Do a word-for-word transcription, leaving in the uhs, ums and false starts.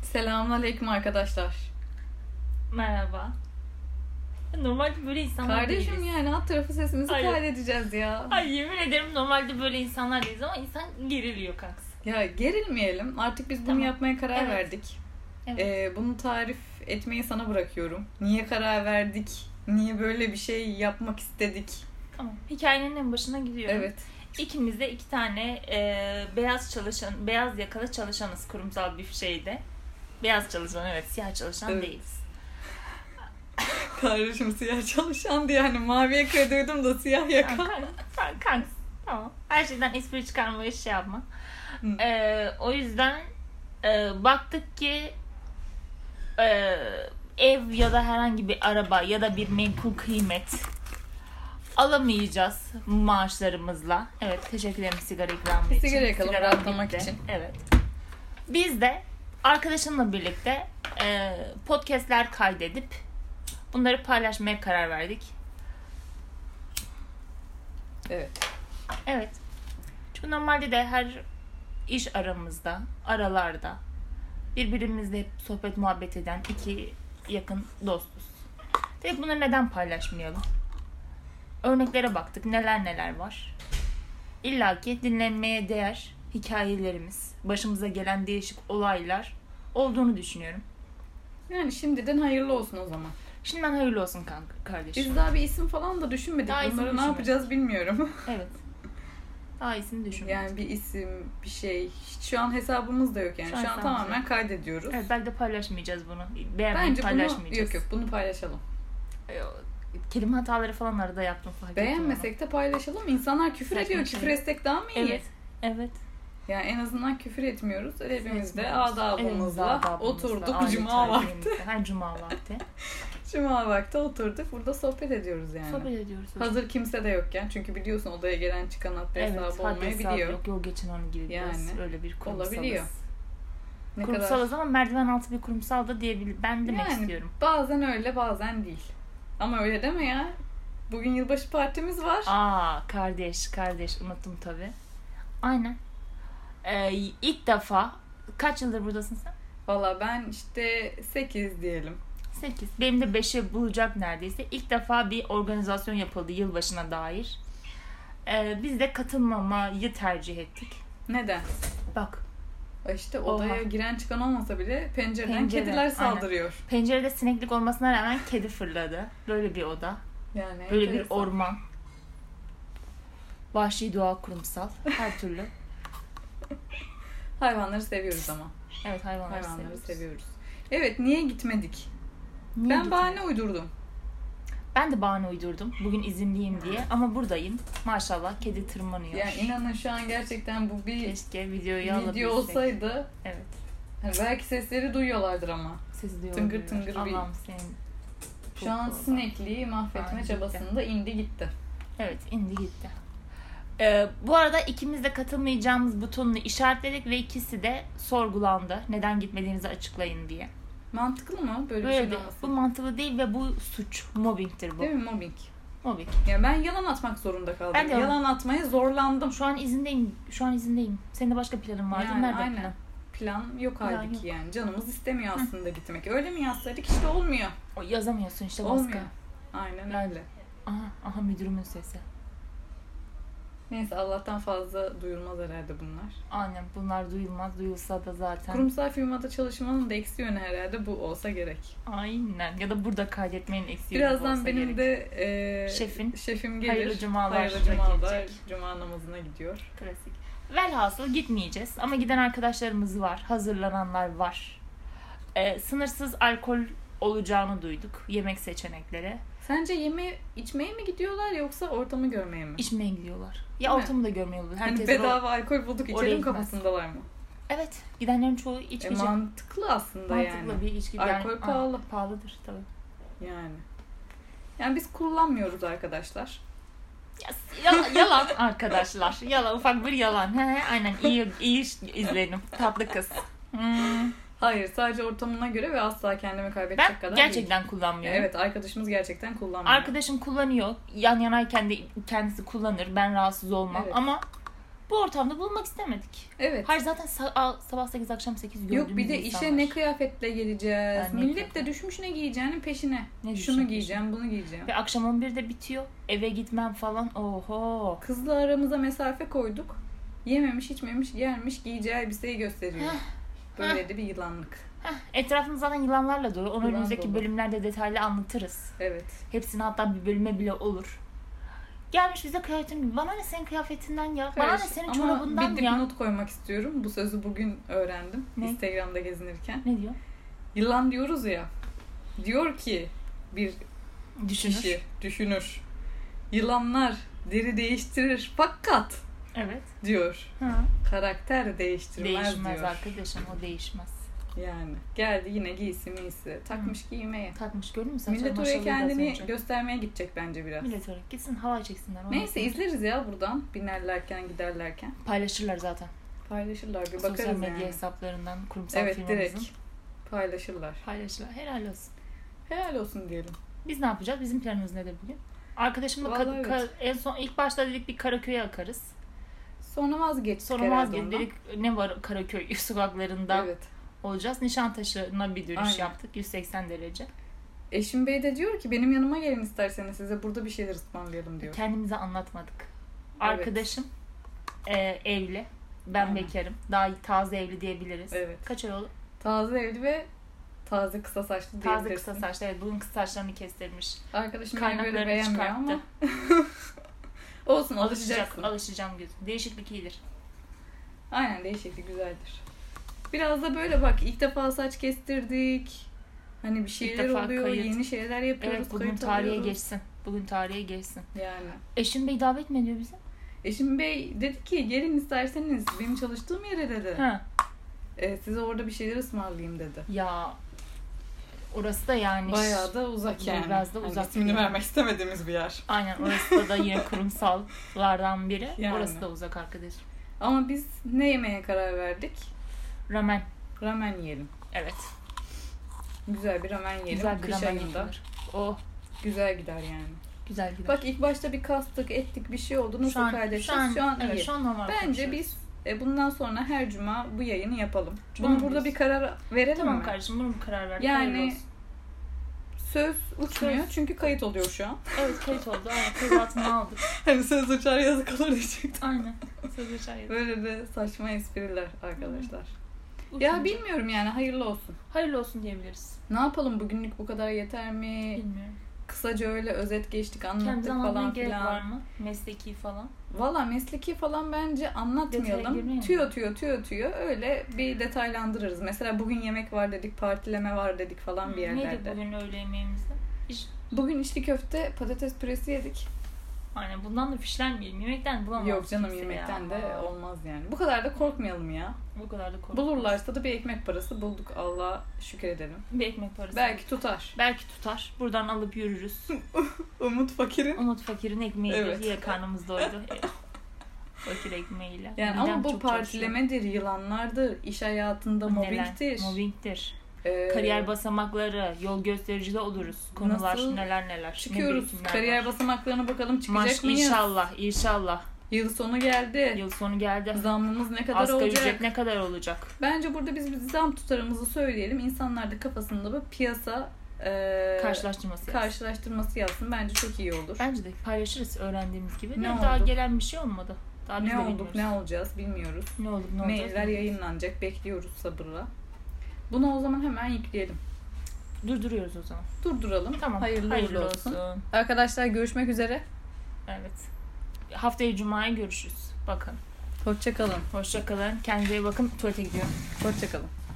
Selamünaleyküm arkadaşlar. Merhaba. Normalde böyle insanlar Kardeşim değiliz. yani alt tarafı sesimizi Hayır. kaydedeceğiz ya. Ay yemin ederim normalde böyle insanlar değiliz ama insan geriliyor kanks. Ya gerilmeyelim. Artık biz bunu Tamam. yapmaya karar Evet. verdik. Evet. Ee, bunu tarif etmeyi sana bırakıyorum. Niye karar verdik? Niye böyle bir şey yapmak istedik? Tamam. Hikayenin en başına gidiyorum. Evet. İkimiz de iki tane e, beyaz çalışan, beyaz yakalı çalışanız kurumsal bir şeyde. Beyaz çalışan, evet, siyah çalışan Evet. değiliz. Kardeşim siyah çalışan diye hani mavi yaka duydum da siyah yaka. Kanks, kanks. Tamam. Her şeyden espri çıkarmayı şey yapma. Hı. E, o yüzden e, baktık ki e, ev ya da herhangi bir araba ya da bir menkul kıymet alamayacağız maaşlarımızla. Evet, teşekkür ederim sigara ikramı için. Sigara yakalım, Sigaram rahatlamak bitti. için. Evet. Biz de arkadaşımla birlikte e, podcastler kaydedip bunları paylaşmaya karar verdik. Evet. Evet. Çünkü normalde de her iş aramızda, aralarda birbirimizle hep sohbet muhabbet eden iki yakın dostuz. Tabii bunları neden paylaşmayalım? Örneklere baktık. Neler neler var. İlla ki dinlenmeye değer hikayelerimiz, başımıza gelen değişik olaylar olduğunu düşünüyorum. Yani şimdiden hayırlı olsun o zaman. Şimdiden hayırlı olsun kanka, kardeşim. Biz daha bir isim falan da düşünmedik. Daha isim Bunları ne düşünmedik. yapacağız bilmiyorum. Evet. Daha iyisini düşünmedik. Yani bir isim, bir şey. Hiç şu an hesabımız da yok yani. Şu Şu, an an hesabımız tamamen yok. kaydediyoruz. Evet, belki de paylaşmayacağız bunu. Beğenmeyip Bence bunu paylaşmayacağız. yok yok bunu paylaşalım. Kelime hataları falan arada yaptım fark ettim. Beğenmesek de paylaşalım. İnsanlar küfür Saçma ediyor. şey. Küfür etsek daha mı iyi? Evet. Evet. Yani en azından küfür etmiyoruz. Hepimiz de Etmiyoruz. adabımızla adabımızla, oturduk aile cuma vakti. terbiyemizle. Ha, cuma vakti. Cuma vakti oturduk. Burada sohbet ediyoruz yani. Sohbet ediyoruz. hocam. Hazır kimse de yokken. Çünkü biliyorsun odaya gelen çıkan adlı Evet, hesabı hadi hesabı olmayabiliyor. yok. Yol geçen onun gibi biraz Yani, öyle bir kurumsalız. olabiliyor. Ne Kurumsalız kadar... ama merdiven altı bir kurumsal da diyebilir. Ben demek Yani, istiyorum. bazen öyle bazen değil. Ama öyle deme ya. Bugün yılbaşı partimiz var. Aa, kardeş kardeş unuttum tabii. Aynen. Ee, ilk defa kaç yıldır buradasın sen? Valla ben işte sekiz diyelim. sekiz. Benim de beşe bulacak neredeyse. İlk defa bir organizasyon yapıldı yılbaşına dair. Ee, biz de katılmamayı tercih ettik. Neden? Bak, İşte odaya Oha. giren çıkan olmasa bile pencereden Pencere, kediler aynen. saldırıyor. pencerede sineklik olmasına rağmen kedi fırladı. Böyle bir oda. Yani Böyle bir enteresan. orman. Vahşi doğa kurumsal. Her türlü. Hayvanları seviyoruz ama. Evet, hayvanları, Hayvanları seviyoruz. seviyoruz. Evet, niye gitmedik? Niye ben gitmedin? bahane uydurdum. Ben de bahane uydurdum. Bugün izinliyim diye. Ama buradayım. Maşallah kedi tırmanıyor. Yani inanın şu an gerçekten bu bir Keşke videoyu alabilsek. video olsaydı. Evet. Hani belki sesleri duyuyorlardır ama. Sesi duyuyor. Tıngır tıngır bir- Allah'ım senin. Şu an Çok- sinekliği mahvetme Aynen. çabasında indi gitti. Evet, indi gitti. Ee, bu arada ikimiz de katılmayacağımız butonunu işaretledik ve ikisi de sorgulandı. Neden gitmediğinizi açıklayın diye. Mantıklı mı böyle, bir Böyle şey de, olması? bu mantıklı değil ve bu suç. Mobbingtir bu. Değil mi mobbing? Mobbing. Yani ben yalan atmak zorunda kaldım. Ben de yalan atmaya zorlandım. Şu an izindeyim. Şu an izindeyim. Senin de başka planın vardı. Yani Nerede aynen. plan? Plan yok Plan halbuki yok. yani. Canımız istemiyor aslında gitmek. Öyle mi yazsaydık işte olmuyor. O yazamıyorsun işte baskı. Olmuyor. Aynen öyle. Aha, aha müdürümün sesi. Neyse Allah'tan fazla duyulmaz herhalde bunlar. Aynen, bunlar duyulmaz. Duyulsa da zaten. Kurumsal firmada çalışmanın da eksi yönü herhalde bu olsa gerek. Aynen. Ya da burada kaydetmenin eksiği Birazdan olsa benim gerek. de e, Şefin. şefim gelir. Hayırlı cumalar Hayırlı cumalar. gelecek. Cuma namazına gidiyor. Klasik. Velhasıl gitmeyeceğiz. Ama giden arkadaşlarımız var. Hazırlananlar var. Ee, sınırsız alkol olacağını duyduk. Yemek seçenekleri. Sence yeme içmeye mi gidiyorlar yoksa ortamı görmeye mi? İçmeye gidiyorlar. Ya Değil mi? ortamı da görmeye olur. Hani Herkes bedava alkol bulduk oraya içelim gitmez. kafasındalar mı? Evet. Gidenlerin çoğu E, içmeyecek. mantıklı aslında Mantıklı yani. bir içki. Alkol yani, pahalı. Aa, pahalıdır tabii. Yani. Yani biz kullanmıyoruz arkadaşlar. Ya, yalan, yalan arkadaşlar. Yalan, ufak bir yalan. He, aynen iyi iyi izlenim. Tatlı kız. Hmm. Hayır, sadece ortamına göre ve asla kendimi kaybedecek Ben kadar gerçekten değil. kullanmıyorum. Evet, arkadaşımız gerçekten kullanmıyor. Arkadaşım kullanıyor. Yan yanayken de kendisi kullanır. Ben rahatsız olmam. Evet. Ama Bu ortamda bulunmak istemedik. Evet. Hayır zaten sa- sabah sekiz akşam sekiz gördüğümüz Yok bir de insanlar. işe ne kıyafetle geleceğiz. Yani Millet kıyafet. de düşmüş ne giyeceğinin peşine. Ne Şunu düşecek giyeceğim, bunu giyeceğim. Ve akşam on birde bitiyor. Eve gitmem falan. Oho. Kızla aramıza mesafe koyduk. Yememiş, içmemiş, gelmiş, giyeceği elbiseyi gösteriyor. Böyle de bir yılanlık. Heh, etrafımız zaten yılanlarla dolu. Onu Yılan önümüzdeki dolu. bölümlerde detaylı anlatırız. Evet. Hepsini hatta bir bölüme bile olur. Gelmiş bize kıyafetin gibi. Bana ne senin kıyafetinden ya? Bana ne senin çorabından Ama bir ya? dipnot koymak istiyorum. Bu sözü bugün öğrendim. Ne? Instagram'da gezinirken. Ne diyor? Yılan diyoruz ya. Diyor ki bir Düşünür. kişi, düşünür. Yılanlar deri değiştirir fakat Evet. diyor. Ha. Karakter değiştirmez Değişmez diyor. arkadaşım, o değişmez. Yani geldi yine giysi miysi takmış giymeye. Takmış, gördün mü? Saçları Millet oraya maşallah az kendini önce. göstermeye gidecek bence biraz. Millet oraya gitsin, hava çeksinler. ondan Neyse sonra izleriz ya buradan binerlerken giderlerken. Paylaşırlar zaten. Paylaşırlar bir Sosyal bakarız medya yani. hesaplarından kurumsal Evet firmamızın. direkt paylaşırlar. Paylaşırlar. Helal olsun. Helal olsun diyelim. Biz ne yapacağız? Bizim planımız nedir bugün? Arkadaşımla Vallahi ka- evet. ka- en son ilk başta dedik bir Karaköy'e akarız. Sonra vazgeçtik Sonra herhalde vazgeçtik. ondan. Dedik ne var Karaköy sokaklarında Evet. olacağız. Nişantaşı'na bir dönüş Aynen. yaptık. yüz seksen derece. Eşim Bey de diyor ki benim yanıma gelin isterseniz size burada bir şeyler ısmarlayalım diyor. Kendimize anlatmadık. Arkadaşım e, evli. Ben Aynen. bekarım. Daha taze evli diyebiliriz. Evet. Kaç ay oldu? Taze evli ve taze kısa saçlı Taze diyebilirsin. kısa saçlı. Evet, bugün kısa saçlarını kestirmiş. Arkadaşım beni böyle Kaynaklarını beğenmiyor çıkarttı. ama olsun Alışacak, alışacaksın. alışacağım gözüm. Değişiklik iyidir. Aynen değişiklik güzeldir. Biraz da böyle bak ilk defa saç kestirdik. Hani bir şeyler defa oluyor, kayıt. yeni şeyler yapıyoruz, Evet, bugün kayıt tarihe alıyoruz. geçsin. Bugün tarihe geçsin. Yani. Eşim Bey davet mi ediyor bizi? Eşim Bey dedi ki gelin isterseniz benim çalıştığım yere dedi. Ha. E, size orada bir şeyler ısmarlayayım dedi. Ya orası da yani Bayağı da uzak yani. Biraz da Hani uzak. ismini vermek istemediğimiz bir yer. Aynen, orası da, da yine kurumsallardan biri. Yani. Orası da uzak arkadaşım. Ama biz ne yemeye karar verdik? Ramen. Ramen yiyelim. Evet. Güzel bir ramen yiyelim. Güzel bir Kış ramen ayında. yapılır. Oh, Güzel gider yani. güzel gider. Bak ilk başta bir kastık, ettik, bir şey oldu. şu Nasıl an, kaydedeceğiz? şu an, Şu an evet, iyi. şu an normal Bence konuşuyoruz. biz e, bundan sonra her cuma bu yayını yapalım. Cuma Bunu mı burada diyorsun? bir karar verelim Tamam mi? kardeşim, bunu bir karar verdik. Yani- Hayırlı olsun. Söz uçmuyor Söz. çünkü kayıt oluyor şu an. Evet, kayıt oldu. Aynen, kayıt altına aldık. Hani söz uçar yazık olur diyecektim. Aynen. Sözü çay. Böyle de saçma espriler arkadaşlar. Uçun. Ya bilmiyorum yani hayırlı olsun. Hayırlı olsun diyebiliriz. Ne yapalım bugünlük bu kadar yeter mi? Bilmiyorum. Kısaca öyle özet geçtik anlattık Kendimize anlatmaya falan gerek var filan. mı? Mesleki falan. Valla mesleki falan bence Detaya anlatmayalım. girmeyelim. Tüyo tüyo tüyo tüyo öyle bir detaylandırırız. Mesela bugün yemek var dedik, partileme var dedik falan bir yerlerde. Neydi bugün öğle yemeğimizde? İş... Bugün içli köfte, patates püresi yedik. Aynen, bundan da fişlenmeyelim. Yemekten bulamaz Yok canım kimse yemekten ya. de olmaz yani. Bu kadar da korkmayalım ya. Bu kadar da korkmaz. Bulurlarsa da bir ekmek parası bulduk. Allah'a şükür edelim. Bir ekmek parası. Belki tutar. Belki tutar. Buradan alıp yürürüz. Umut fakirin. Umut fakirin ekmeğidir. Evet. Ye karnımız doydu. Fakir ekmeğiyle. Yani Midem ama bu çok partilemedir, yılanlardır, iş hayatında çalışıyor. mobbingtir. Neler? Mobbingtir. Ee, Kariyer basamakları, yol göstericide oluruz. Konular Nasıl neler neler. Ne çıkıyoruz. birikimler Kariyer var. basamaklarına bakalım çıkacak Maş, mıyız? inşallah, inşallah. Yıl sonu geldi. Yıl sonu geldi. Zammımız ne kadar Asgari olacak? ücret ne kadar olacak? Bence burada biz bir zam tutarımızı söyleyelim. İnsanlar da kafasında bu piyasa e, Karşılaştırması yapsın. karşılaştırması yapsın. Bence çok iyi olur. Bence de paylaşırız öğrendiğimiz gibi. Ne Ne daha oldu? gelen bir şey olmadı. Daha biz Ne de olduk, bilmiyoruz. ne olacağız bilmiyoruz. Ne olduk, ne olacağız? Mailler yayınlanacak. Bekliyoruz sabırla. Bunu o zaman hemen yükleyelim. Durduruyoruz o zaman. Durduralım. Tamam. Hayırlı, Hayırlı uğurlu olsun. Arkadaşlar görüşmek üzere. Evet. Haftaya Cuma'ya görüşürüz. Bakın. Hoşça kalın. Hoşça kalın. Kendinize iyi bakın. Tuvalete gidiyorum. Hoşça kalın.